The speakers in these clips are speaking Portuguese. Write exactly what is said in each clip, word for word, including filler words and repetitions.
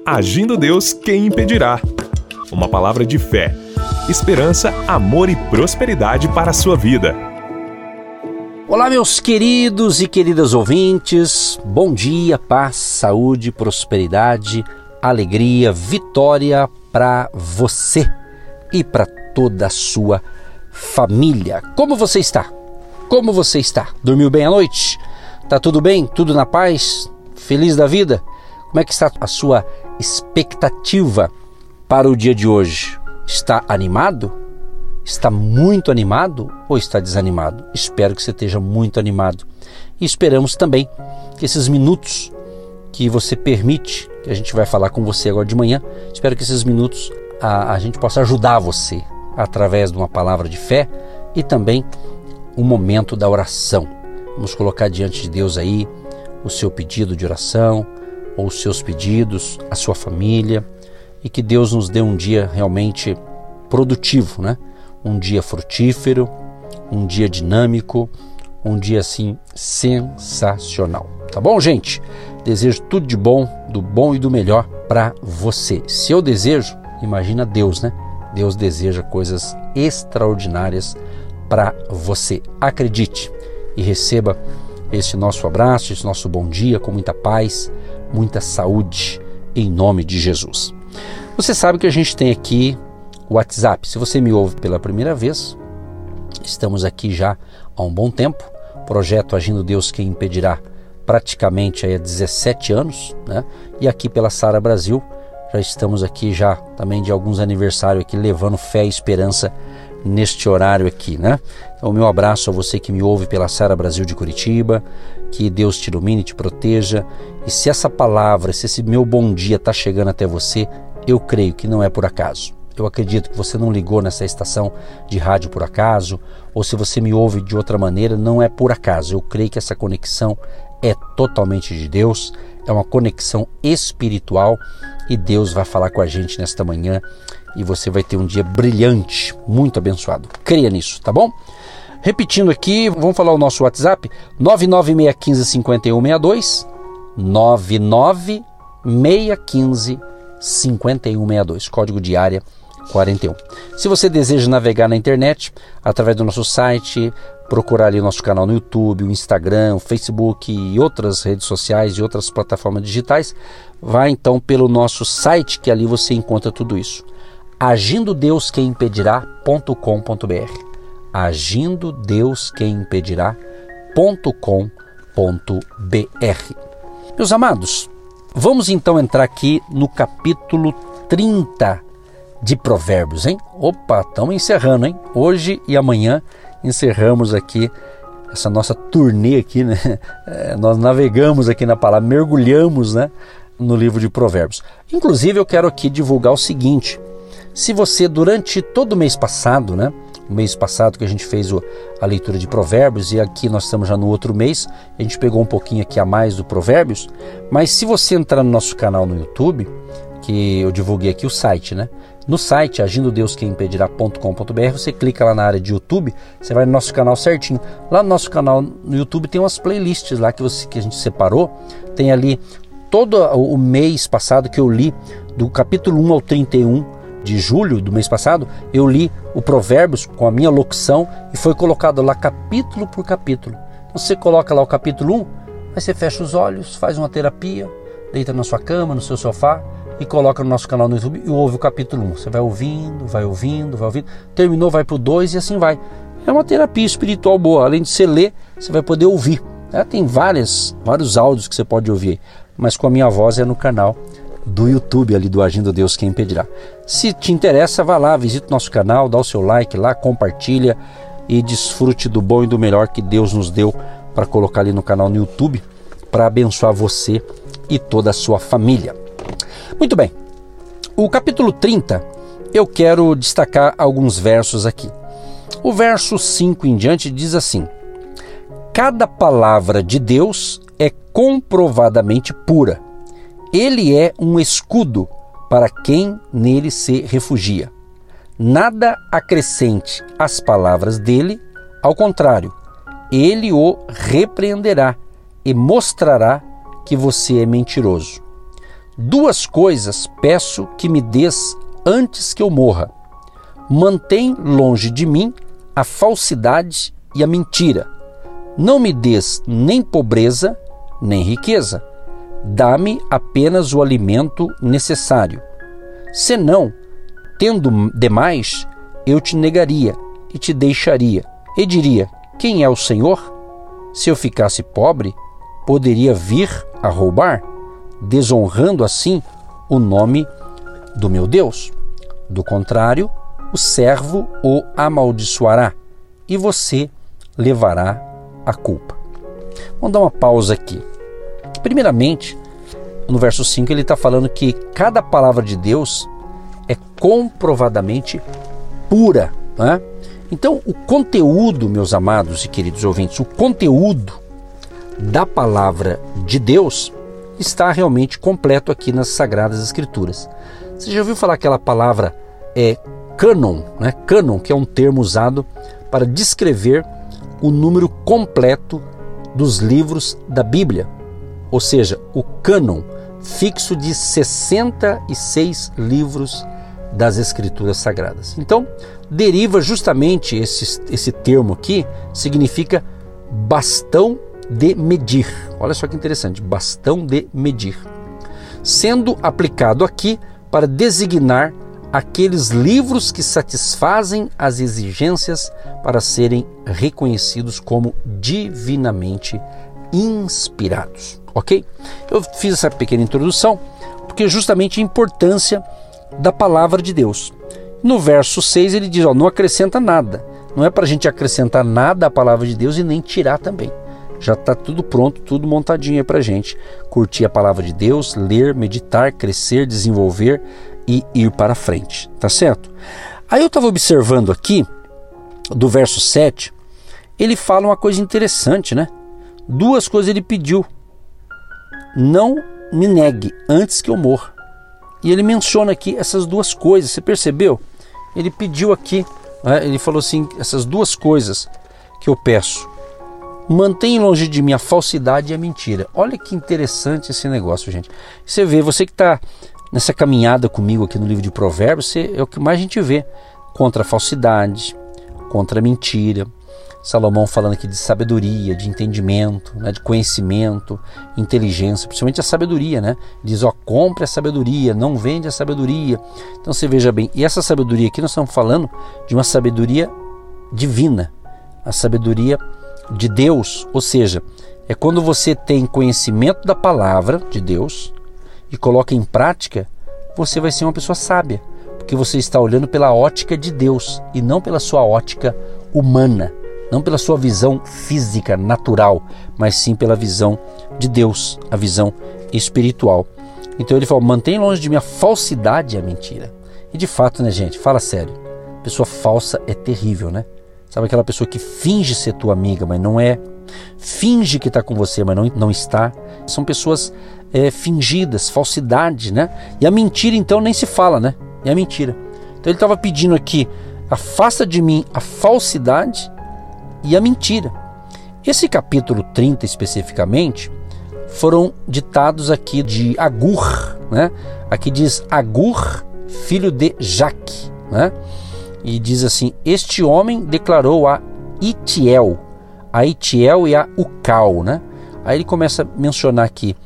Agindo Deus, quem impedirá? Uma palavra de fé, esperança, amor e prosperidade para a sua vida. Olá, meus queridos e queridas ouvintes. Bom dia, paz, saúde, prosperidade, alegria, vitória para você e para toda a sua família. Como você está? Como você está? Dormiu bem à noite? Tá tudo bem? Tudo na paz? Feliz da vida? Como é que está a sua expectativa para o dia de hoje? Está animado? Está muito animado ou está desanimado? Espero que você esteja muito animado. E esperamos também que esses minutos que você permite, que a gente vai falar com você agora de manhã, espero que esses minutos a, a gente possa ajudar você através de uma palavra de fé e também um momento da oração. Vamos colocar diante de Deus aí o seu pedido de oração, ou os seus pedidos, a sua família, e que Deus nos dê um dia realmente produtivo, né? Um dia frutífero, um dia dinâmico, um dia assim sensacional. Tá bom, gente? Desejo tudo de bom, do bom e do melhor para você. Se eu desejo, imagina Deus, né? Deus deseja coisas extraordinárias para você. Acredite e receba esse nosso abraço, esse nosso bom dia com muita paz, muita saúde, em nome de Jesus. Você sabe que a gente tem aqui o WhatsApp. Se você me ouve pela primeira vez, estamos aqui já há um bom tempo. Projeto Agindo Deus, quem impedirá, praticamente aí há dezessete anos, né? E aqui pela Sara Brasil, já estamos aqui já também de alguns aniversários aqui, levando fé e esperança neste horário aqui, né? Então, o meu abraço a você que me ouve pela Sara Brasil de Curitiba, que Deus te ilumine, te proteja, e se essa palavra, se esse meu bom dia está chegando até você, eu creio que não é por acaso. Eu acredito que você não ligou nessa estação de rádio por acaso, ou se você me ouve de outra maneira, não é por acaso. Eu creio que essa conexão é totalmente de Deus, é uma conexão espiritual, e Deus vai falar com a gente nesta manhã, e você vai ter um dia brilhante, muito abençoado. Creia nisso, tá bom? Repetindo aqui, vamos falar o nosso WhatsApp, nove nove seis um cinco, cinco um seis dois, nove nove seis um cinco, cinco um seis dois, código de área quarenta e um. Se você deseja navegar na internet, através do nosso site, procurar ali o nosso canal no YouTube, o Instagram, o Facebook e outras redes sociais e outras plataformas digitais, vá então pelo nosso site, que ali você encontra tudo isso. agindo deus quem impedirá ponto com ponto br. agindo deus quem impedirá ponto com ponto br. Meus amados, vamos então entrar aqui no capítulo trinta de Provérbios, hein? Opa, estamos encerrando, hein? Hoje e amanhã encerramos aqui essa nossa turnê aqui, né? É, nós navegamos aqui na palavra, mergulhamos, né, no livro de Provérbios. Inclusive, eu quero aqui divulgar o seguinte: se você durante todo o mês passado, né, o mês passado que a gente fez o, a leitura de Provérbios, e aqui nós estamos já no outro mês, a gente pegou um pouquinho aqui a mais do Provérbios, mas se você entrar no nosso canal no YouTube, que eu divulguei aqui o site, né? No site, agindo deus quem impedirá ponto com ponto br, você clica lá na área de YouTube, você vai no nosso canal certinho. Lá no nosso canal no YouTube tem umas playlists lá que, você, que a gente separou. Tem ali todo o mês passado que eu li, do capítulo um ao trinta e um de julho do mês passado, eu li o Provérbios com a minha locução e foi colocado lá capítulo por capítulo. Você coloca lá o capítulo um, aí você fecha os olhos, faz uma terapia, deita na sua cama, no seu sofá, e coloca no nosso canal no YouTube e ouve o capítulo um. Você vai ouvindo, vai ouvindo, vai ouvindo. Terminou, vai para o dois e assim vai. É uma terapia espiritual boa. Além de você ler, você vai poder ouvir. É, tem várias, vários áudios que você pode ouvir. Mas com a minha voz é no canal do YouTube ali do Agindo Deus Quem Impedirá. Se te interessa, vá lá, visita o nosso canal, dá o seu like lá, compartilha e desfrute do bom e do melhor que Deus nos deu para colocar ali no canal no YouTube para abençoar você e toda a sua família. Muito bem, o capítulo trinta, eu quero destacar alguns versos aqui. O verso cinco em diante diz assim: cada palavra de Deus é comprovadamente pura. Ele é um escudo para quem nele se refugia. Nada acrescente às palavras dele, ao contrário, ele o repreenderá e mostrará que você é mentiroso. Duas coisas peço que me dês antes que eu morra. Mantém longe de mim a falsidade e a mentira. Não me dês nem pobreza, nem riqueza. Dá-me apenas o alimento necessário. Senão, tendo demais, eu te negaria e te deixaria. E diria, quem é o Senhor? Se eu ficasse pobre, poderia vir a roubar, desonrando assim o nome do meu Deus. Do contrário, o servo o amaldiçoará e você levará a culpa. Vamos dar uma pausa aqui. Primeiramente, no verso cinco, ele está falando que cada palavra de Deus é comprovadamente pura, né? Então, o conteúdo, meus amados e queridos ouvintes, o conteúdo da palavra de Deus está realmente completo aqui nas Sagradas Escrituras. Você já ouviu falar aquela palavra é, cânon, né? Cânon, que é um termo usado para descrever o número completo dos livros da Bíblia, ou seja, o cânon fixo de sessenta e seis livros das Escrituras Sagradas. Então, deriva justamente esse, esse termo aqui, significa bastão de medir. Olha só que interessante, bastão de medir. Sendo aplicado aqui para designar aqueles livros que satisfazem as exigências para serem reconhecidos como divinamente inspirados. Ok? Eu fiz essa pequena introdução porque justamente a importância da palavra de Deus. No verso seis ele diz, ó, não acrescenta nada. Não é para a gente acrescentar nada à palavra de Deus e nem tirar também. Já está tudo pronto, tudo montadinho aí para a gente curtir a palavra de Deus, ler, meditar, crescer, desenvolver e ir para frente, tá certo? Aí eu estava observando aqui, do verso sete, ele fala uma coisa interessante, né? Duas coisas ele pediu. Não me negue antes que eu morra. E ele menciona aqui essas duas coisas, você percebeu? Ele pediu aqui, né? Ele falou assim, essas duas coisas que eu peço. Mantenha longe de mim a falsidade e a mentira. Olha que interessante esse negócio, gente. Você vê, você que está nessa caminhada comigo aqui no livro de Provérbios, você, é o que mais a gente vê. Contra a falsidade, contra a mentira. Salomão falando aqui de sabedoria, de entendimento, né, de conhecimento, inteligência, principalmente a sabedoria, né? Diz, ó, compre a sabedoria, não vende a sabedoria. Então você veja bem, e essa sabedoria aqui nós estamos falando de uma sabedoria divina, a sabedoria de Deus, ou seja, é quando você tem conhecimento da palavra de Deus e coloca em prática, você vai ser uma pessoa sábia, porque você está olhando pela ótica de Deus e não pela sua ótica humana, não pela sua visão física, natural, mas sim pela visão de Deus, a visão espiritual. Então ele falou, mantém longe de mim a falsidade e a mentira. E de fato, né, gente, fala sério, pessoa falsa é terrível, né? Sabe aquela pessoa que finge ser tua amiga, mas não é? Finge que está com você, mas não, não está. São pessoas é, fingidas, falsidade, né? E a mentira, então, nem se fala, né? É a mentira. Então ele estava pedindo aqui, afasta de mim a falsidade e a mentira. Esse capítulo trinta, especificamente, foram ditados aqui de Agur, né? Aqui diz Agur, filho de Jaque, né? E diz assim, este homem declarou a Itiel, a Itiel e a Ucal, né? Aí ele começa a mencionar aqui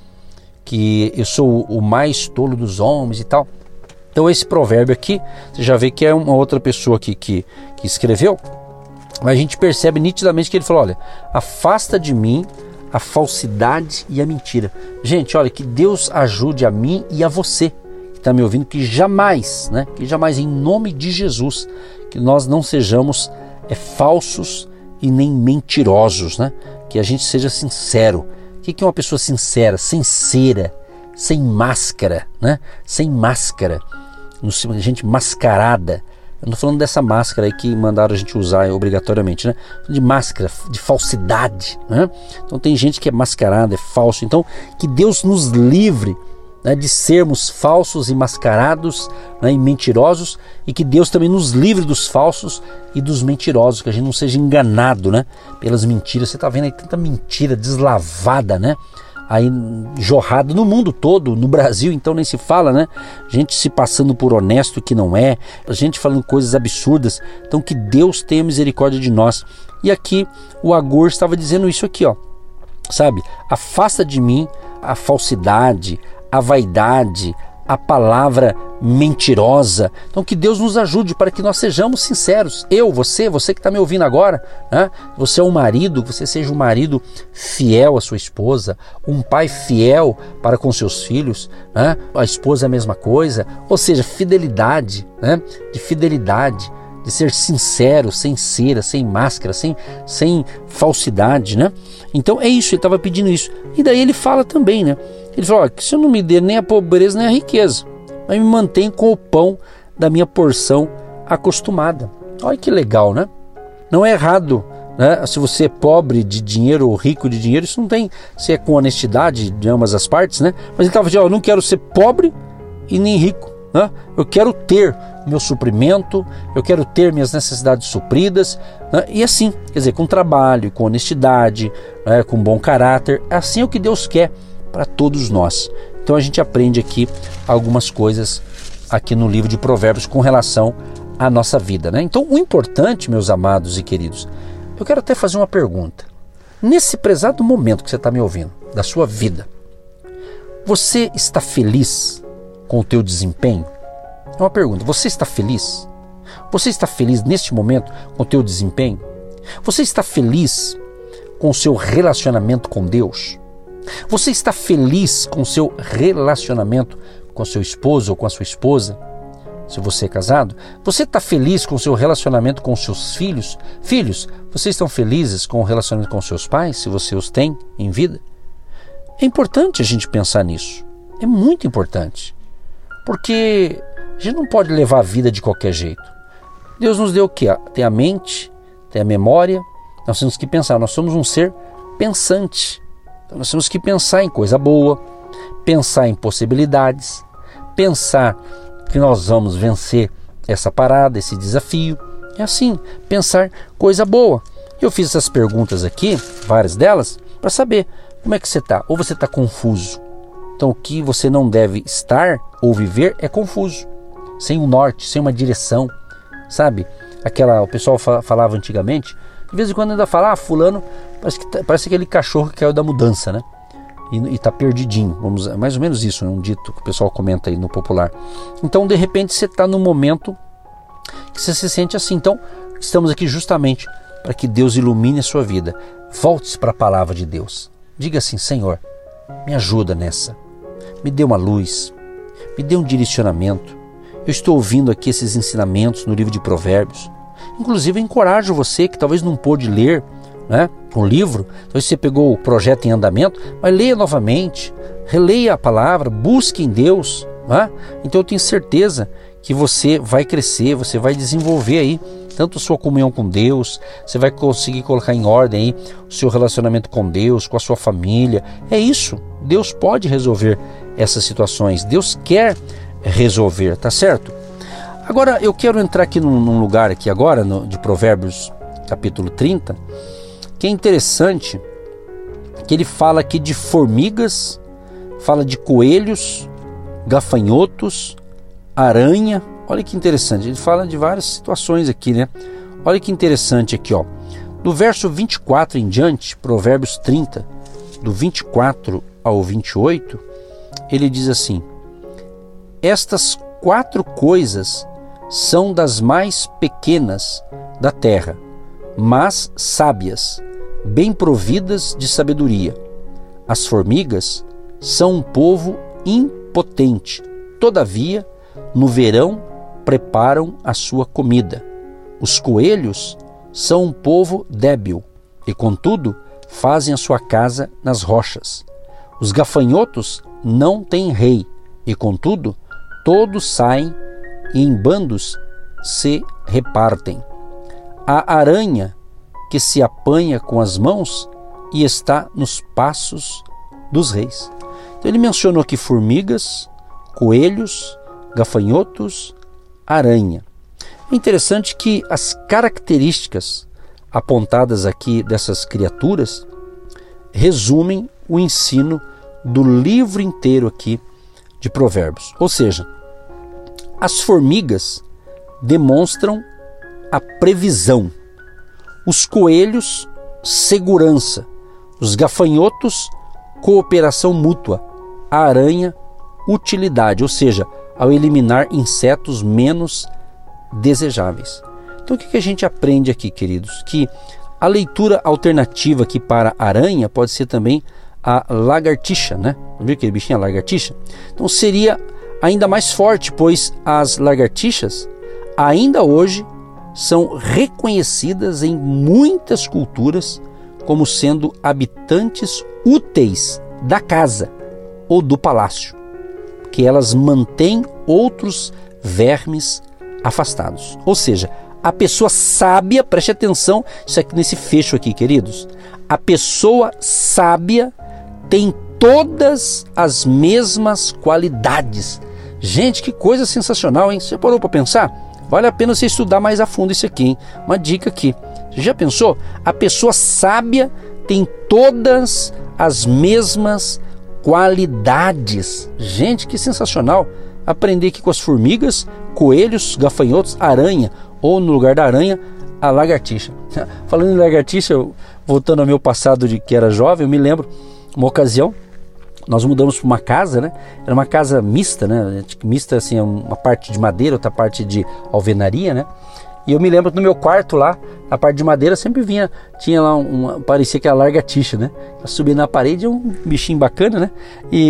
que eu sou o mais tolo dos homens e tal. Então esse provérbio aqui, você já vê que é uma outra pessoa aqui que, que escreveu, mas a gente percebe nitidamente que ele falou, olha, afasta de mim a falsidade e a mentira. Gente, olha, que Deus ajude a mim e a você que está me ouvindo, que jamais, né, que jamais, em nome de Jesus, que nós não sejamos é, falsos e nem mentirosos, né? Que a gente seja sincero. O que é uma pessoa sincera, sincera, sem máscara, né? Sem máscara, gente mascarada. Eu não estou falando dessa máscara aí que mandaram a gente usar obrigatoriamente, né? De máscara, de falsidade, né? Então tem gente que é mascarada, é falso. Então que Deus nos livre, né, de sermos falsos e mascarados, né, e mentirosos, e que Deus também nos livre dos falsos e dos mentirosos, que a gente não seja enganado, né, pelas mentiras. Você está vendo aí tanta mentira deslavada, né, aí jorrada no mundo todo, no Brasil então nem se fala, né? Gente se passando por honesto que não é, gente falando coisas absurdas. Então que Deus tenha misericórdia de nós. E aqui o Agur estava dizendo isso aqui, ó, sabe? Afasta de mim a falsidade, a vaidade, a palavra mentirosa. Então que Deus nos ajude para que nós sejamos sinceros. Eu, você, você que está me ouvindo agora, né? Você é um marido, você seja um marido fiel à sua esposa, um pai fiel para com seus filhos, né? A esposa é a mesma coisa, ou seja, fidelidade, né? De fidelidade, de ser sincero, sem cera, sem máscara, sem, sem falsidade, né? Então é isso, ele estava pedindo isso. E daí ele fala também, né? Ele falou, ó, que se eu não me der nem a pobreza nem a riqueza, mas me mantém com o pão da minha porção acostumada. Olha que legal, né? Não é errado, né? Se você é pobre de dinheiro ou rico de dinheiro, isso não tem, se é com honestidade de ambas as partes, né? Mas ele estava dizendo, ó, eu não quero ser pobre e nem rico, né? Eu quero ter meu suprimento, eu quero ter minhas necessidades supridas, né? E assim, quer dizer, com trabalho, com honestidade, né? Com bom caráter. Assim é o que Deus quer para todos nós. Então a gente aprende aqui algumas coisas aqui no livro de Provérbios com relação à nossa vida, né? Então o importante, meus amados e queridos, eu quero até fazer uma pergunta. Nesse prezado momento que você está me ouvindo, da sua vida, você está feliz com o teu desempenho? É uma pergunta. Você está feliz? Você está feliz neste momento com o teu desempenho? Você está feliz com o seu relacionamento com Deus? Você está feliz com o seu relacionamento com seu esposo ou com a sua esposa? Se você é casado, você está feliz com o seu relacionamento com seus filhos? Filhos, vocês estão felizes com o relacionamento com seus pais, se você os tem em vida? É importante a gente pensar nisso. É muito importante. Porque a gente não pode levar a vida de qualquer jeito. Deus nos deu o quê? Tem a mente, tem a memória. Nós temos que pensar. Nós somos um ser pensante. Então nós temos que pensar em coisa boa, pensar em possibilidades, pensar que nós vamos vencer essa parada, esse desafio. É assim, pensar coisa boa. Eu fiz essas perguntas aqui, várias delas, para saber como é que você está. Ou você está confuso. Então o que você não deve estar ou viver é confuso, sem um norte, sem uma direção, sabe? Aquela, o pessoal falava antigamente, de vez em quando ainda fala, ah, fulano, parece, que tá, parece aquele cachorro que caiu da mudança, né? E está perdidinho, vamos, mais ou menos isso, é um dito que o pessoal comenta aí no popular. Então de repente você está num momento que você se sente assim. Então estamos aqui justamente para que Deus ilumine a sua vida. Volte-se para a palavra de Deus, diga assim, Senhor, me ajuda nessa, me dê uma luz, me dê um direcionamento. Eu estou ouvindo aqui esses ensinamentos no livro de Provérbios. Inclusive eu encorajo você que talvez não pôde ler, né, o livro, talvez você pegou o projeto em andamento, mas leia novamente, releia a palavra, busque em Deus, né? Então eu tenho certeza que você vai crescer, você vai desenvolver aí tanto a sua comunhão com Deus, você vai conseguir colocar em ordem aí o seu relacionamento com Deus, com a sua família. É isso, Deus pode resolver essas situações, Deus quer resolver, tá certo? Agora eu quero entrar aqui num, num lugar aqui agora, no, de Provérbios capítulo trinta, que é interessante, que ele fala aqui de formigas, fala de coelhos, gafanhotos, aranha. Olha que interessante, ele fala de várias situações aqui, né? Olha que interessante aqui, ó. Do verso vinte e quatro em diante, Provérbios trinta, do vinte e quatro ao vinte e oito, ele diz assim: estas quatro coisas são das mais pequenas da terra, mas sábias, bem providas de sabedoria. As formigas são um povo impotente, todavia, no verão preparam a sua comida. Os coelhos são um povo débil, e contudo fazem a sua casa nas rochas. Os gafanhotos não têm rei, e contudo todos saem e em bandos se repartem. A aranha que se apanha com as mãos e está nos passos dos reis. Então ele mencionou aqui formigas, coelhos, gafanhotos, aranha. É interessante que as características apontadas aqui dessas criaturas resumem o ensino do livro inteiro aqui de Provérbios. Ou seja, as formigas demonstram a previsão, os coelhos, segurança, os gafanhotos, cooperação mútua, a aranha, utilidade, ou seja, ao eliminar insetos menos desejáveis. Então o que a gente aprende aqui, queridos? Que a leitura alternativa aqui para aranha pode ser também a lagartixa, né? Viu aquele bichinho, a lagartixa? Então seria ainda mais forte, pois as lagartixas ainda hoje são reconhecidas em muitas culturas como sendo habitantes úteis da casa ou do palácio, porque elas mantêm outros vermes afastados. Ou seja, a pessoa sábia, preste atenção isso aqui nesse fecho aqui, queridos. A pessoa sábia tem todas as mesmas qualidades. Gente, que coisa sensacional, hein? Você parou para pensar? Vale a pena você estudar mais a fundo isso aqui, hein? Uma dica aqui. Você já pensou? A pessoa sábia tem todas as mesmas qualidades. Gente, que sensacional. Aprender aqui com as formigas, coelhos, gafanhotos, aranha, ou no lugar da aranha, a lagartixa. Falando em lagartixa, eu, voltando ao meu passado de que era jovem, eu me lembro, uma ocasião, nós mudamos para uma casa, né? Era uma casa mista, né? Mista assim, uma parte de madeira, outra parte de alvenaria, né? E eu me lembro que no meu quarto lá, a parte de madeira sempre vinha, tinha lá uma, parecia que era lagartixa, né? Ela subia na parede, é um bichinho bacana, né?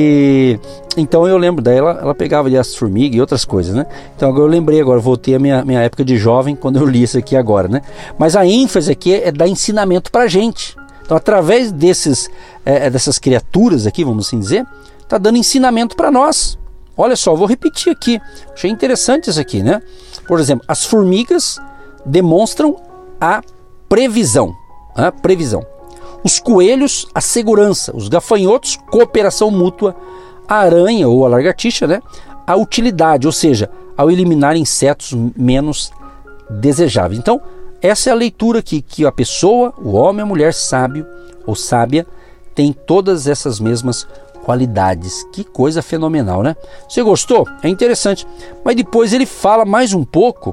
E então eu lembro, daí ela, ela pegava ali as formigas e outras coisas, né? Então agora eu lembrei, agora voltei à minha, minha época de jovem, quando eu li isso aqui agora, né? Mas a ênfase aqui é dar ensinamento pra gente. Então através desses, é, dessas criaturas aqui, vamos assim dizer, tá dando ensinamento para nós. Olha só, vou repetir aqui, achei interessante isso aqui, né? Por exemplo, as formigas demonstram a previsão, a previsão. Os coelhos, a segurança. Os gafanhotos, cooperação mútua. A aranha ou a lagartixa, né? A utilidade, ou seja, ao eliminar insetos menos desejáveis. Então, essa é a leitura aqui, que a pessoa, o homem, a mulher sábio ou sábia, tem todas essas mesmas qualidades. Que coisa fenomenal, né? Você gostou? É interessante. Mas depois ele fala mais um pouco.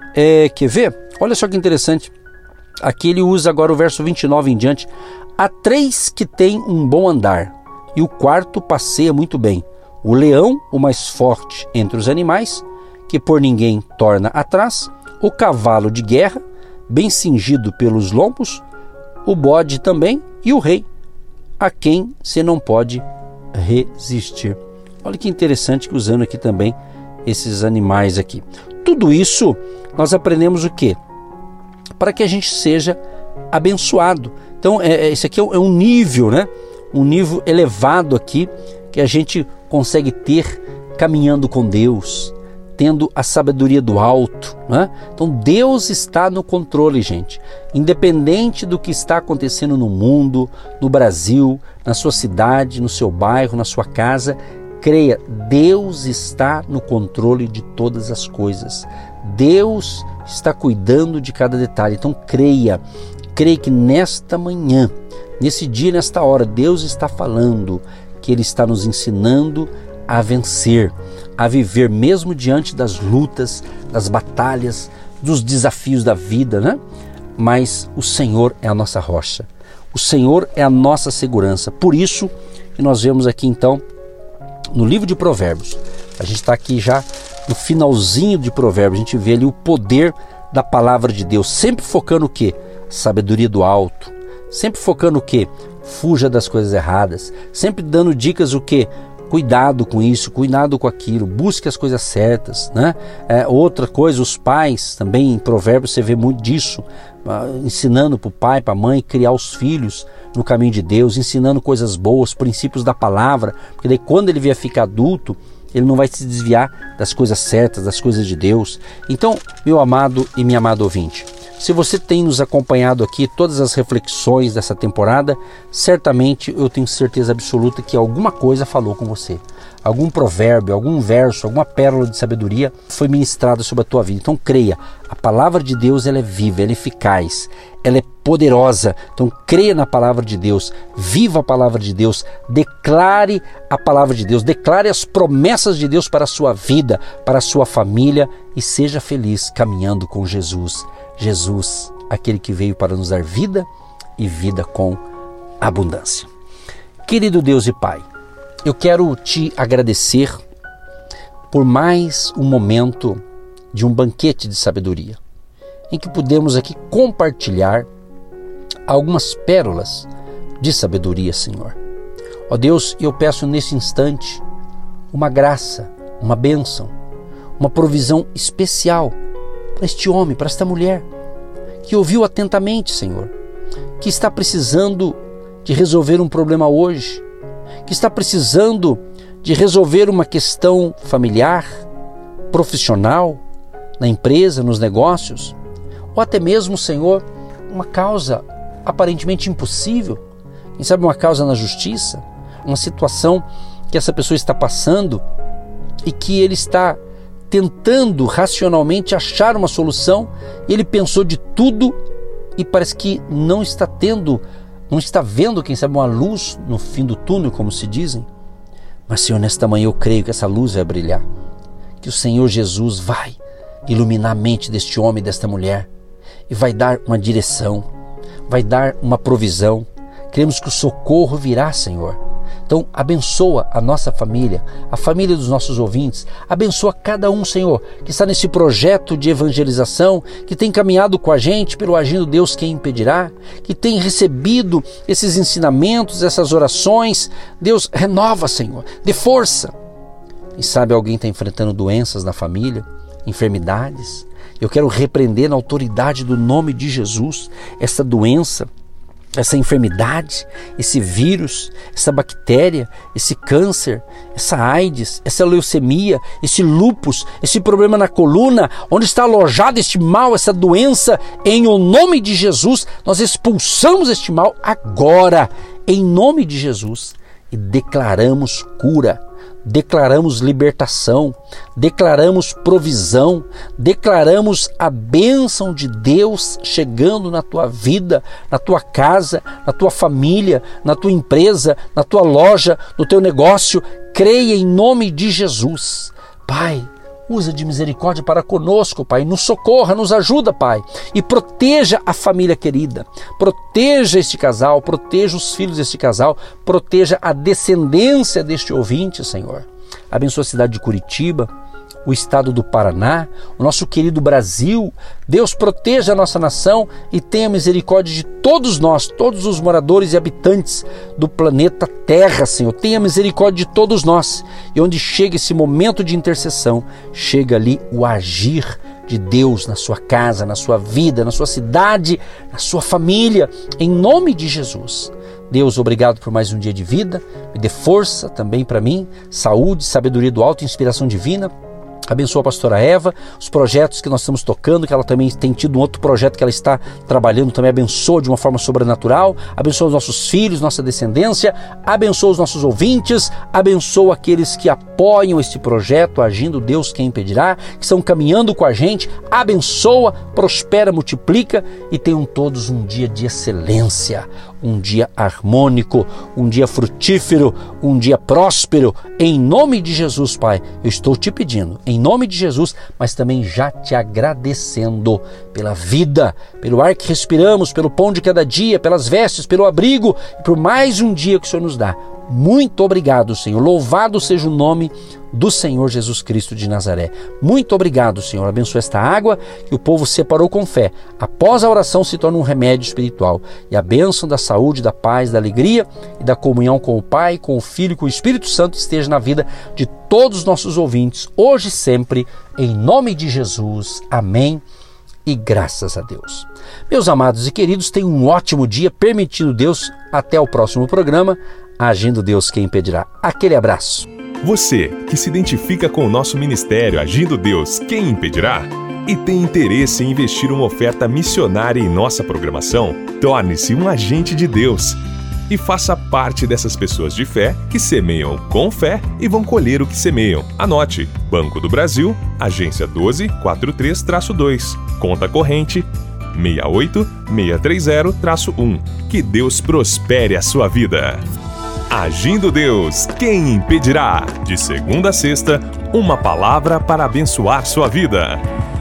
É, quer ver? Olha só que interessante. Aqui ele usa agora o verso vinte e nove em diante. Há três que têm um bom andar, e o quarto passeia muito bem. O leão, o mais forte entre os animais, que por ninguém torna atrás. O cavalo de guerra, bem cingido pelos lombos. O bode também, e o rei, a quem se não pode resistir. Olha que interessante, que usando aqui também esses animais aqui. Tudo isso nós aprendemos o quê? Para que a gente seja abençoado. Então, é, é, esse aqui é um, é um nível, né? Um nível elevado aqui que a gente consegue ter caminhando com Deus, tendo a sabedoria do alto, né? Então, Deus está no controle, gente. Independente do que está acontecendo no mundo, no Brasil, na sua cidade, no seu bairro, na sua casa, creia, Deus está no controle de todas as coisas. Deus está cuidando de cada detalhe. Então creia, creia que nesta manhã, nesse dia, nesta hora, Deus está falando, que Ele está nos ensinando a vencer, a viver mesmo diante das lutas, das batalhas, dos desafios da vida, né? Mas o Senhor é a nossa rocha, o Senhor é a nossa segurança. Por isso que nós vemos aqui então, no livro de Provérbios, a gente está aqui já no finalzinho de Provérbios, a gente vê ali o poder da palavra de Deus, sempre focando o quê? Sabedoria do alto, sempre focando o quê? Fuja das coisas erradas, sempre dando dicas o quê? Cuidado com isso, cuidado com aquilo, busque as coisas certas, né? É, outra coisa, os pais também, em Provérbios você vê muito disso, uh, ensinando para o pai, para a mãe, criar os filhos no caminho de Deus, ensinando coisas boas, princípios da palavra, porque daí quando ele vier ficar adulto, ele não vai se desviar das coisas certas, das coisas de Deus. Então, meu amado e minha amada ouvinte, se você tem nos acompanhado aqui, todas as reflexões dessa temporada, certamente eu tenho certeza absoluta que alguma coisa falou com você. algum provérbio, algum verso, alguma pérola de sabedoria foi ministrada sobre a tua vida. Então creia, a palavra de Deus ela é viva, ela é eficaz, ela é poderosa. Então creia na palavra de Deus, viva a palavra de Deus, declare a palavra de Deus, declare as promessas de Deus para a sua vida, para a sua família e seja feliz caminhando com Jesus. Jesus, aquele que veio para nos dar vida e vida com abundância. Querido Deus e Pai, eu quero te agradecer por mais um momento de um banquete de sabedoria, em que pudemos aqui compartilhar algumas pérolas de sabedoria, Senhor. Ó Deus, eu peço nesse instante uma graça, uma bênção, uma provisão especial para este homem, para esta mulher, que ouviu atentamente, Senhor, que está precisando de resolver um problema hoje, que está precisando de resolver uma questão familiar, profissional, na empresa, nos negócios, ou até mesmo, Senhor, uma causa aparentemente impossível, quem sabe uma causa na justiça, uma situação que essa pessoa está passando e que ele está tentando racionalmente achar uma solução, e ele pensou de tudo e parece que não está tendo, não está vendo, quem sabe, uma luz no fim do túnel, como se dizem. Mas, Senhor, nesta manhã eu creio que essa luz vai brilhar, que o Senhor Jesus vai iluminar a mente deste homem e desta mulher e vai dar uma direção, vai dar uma provisão. Cremos que o socorro virá, Senhor. Então abençoa a nossa família, a família dos nossos ouvintes, abençoa cada um, Senhor, que está nesse projeto de evangelização, que tem caminhado com a gente pelo Agindo Deus Quem Impedirá, que tem recebido esses ensinamentos, essas orações. Deus, renova, Senhor, dê força. E sabe, alguém está enfrentando doenças na família, enfermidades. Eu quero repreender na autoridade do nome de Jesus essa doença, essa enfermidade, esse vírus, essa bactéria, esse câncer, essa AIDS, essa leucemia, esse lúpus, esse problema na coluna, onde está alojado este mal, essa doença, em o nome de Jesus, nós expulsamos este mal agora, em nome de Jesus, e declaramos cura. Declaramos libertação, declaramos provisão, declaramos a bênção de Deus chegando na tua vida, na tua casa, na tua família, na tua empresa, na tua loja, no teu negócio. Creia em nome de Jesus. Pai, usa de misericórdia para conosco, Pai. Nos socorra, nos ajuda, Pai. E proteja a família querida. Proteja este casal, proteja os filhos deste casal, proteja a descendência deste ouvinte, Senhor. Abençoa a cidade de Curitiba, o estado do Paraná, o nosso querido Brasil. Deus, proteja a nossa nação e tenha misericórdia de todos nós, todos os moradores e habitantes do planeta Terra, Senhor. Tenha misericórdia de todos nós. E onde chega esse momento de intercessão, chega ali o agir de Deus na sua casa, na sua vida, na sua cidade, na sua família, em nome de Jesus. Deus, obrigado por mais um dia de vida. Me dê força também para mim, saúde, sabedoria do alto, inspiração divina. Abençoa a pastora Eva, os projetos que nós estamos tocando, que ela também tem tido um outro projeto que ela está trabalhando, também abençoa de uma forma sobrenatural. Abençoa os nossos filhos, nossa descendência, abençoa os nossos ouvintes, abençoa aqueles que apoiam este projeto, Agindo Deus Quem Impedirá, que estão caminhando com a gente. Abençoa, prospera, multiplica e tenham todos um dia de excelência, um dia harmônico, um dia frutífero, um dia próspero. Em nome de Jesus, Pai, eu estou te pedindo, em nome de Jesus, mas também já te agradecendo pela vida, pelo ar que respiramos, pelo pão de cada dia, pelas vestes, pelo abrigo e por mais um dia que o Senhor nos dá. Muito obrigado, Senhor. Louvado seja o nome do Senhor Jesus Cristo de Nazaré. Muito obrigado, Senhor. Abençoa esta água que o povo separou com fé. Após a oração se torna um remédio espiritual. E a bênção da saúde, da paz, da alegria e da comunhão com o Pai, com o Filho e com o Espírito Santo esteja na vida de todos os nossos ouvintes, hoje e sempre, em nome de Jesus. Amém. E graças a Deus. Meus amados e queridos, tenham um ótimo dia, permitindo Deus. Até o próximo programa, Agindo Deus Quem Impedirá. Aquele abraço. Você que se identifica com o nosso ministério Agindo Deus Quem Impedirá e tem interesse em investir uma oferta missionária em nossa programação, torne-se um agente de Deus. e faça parte dessas pessoas de fé que semeiam com fé e vão colher o que semeiam. Anote: Banco do Brasil, agência doze quarenta e três dois, conta corrente seis oito seis três zero um. Que Deus prospere a sua vida. Agindo Deus, quem impedirá? De segunda a sexta, uma palavra para abençoar sua vida.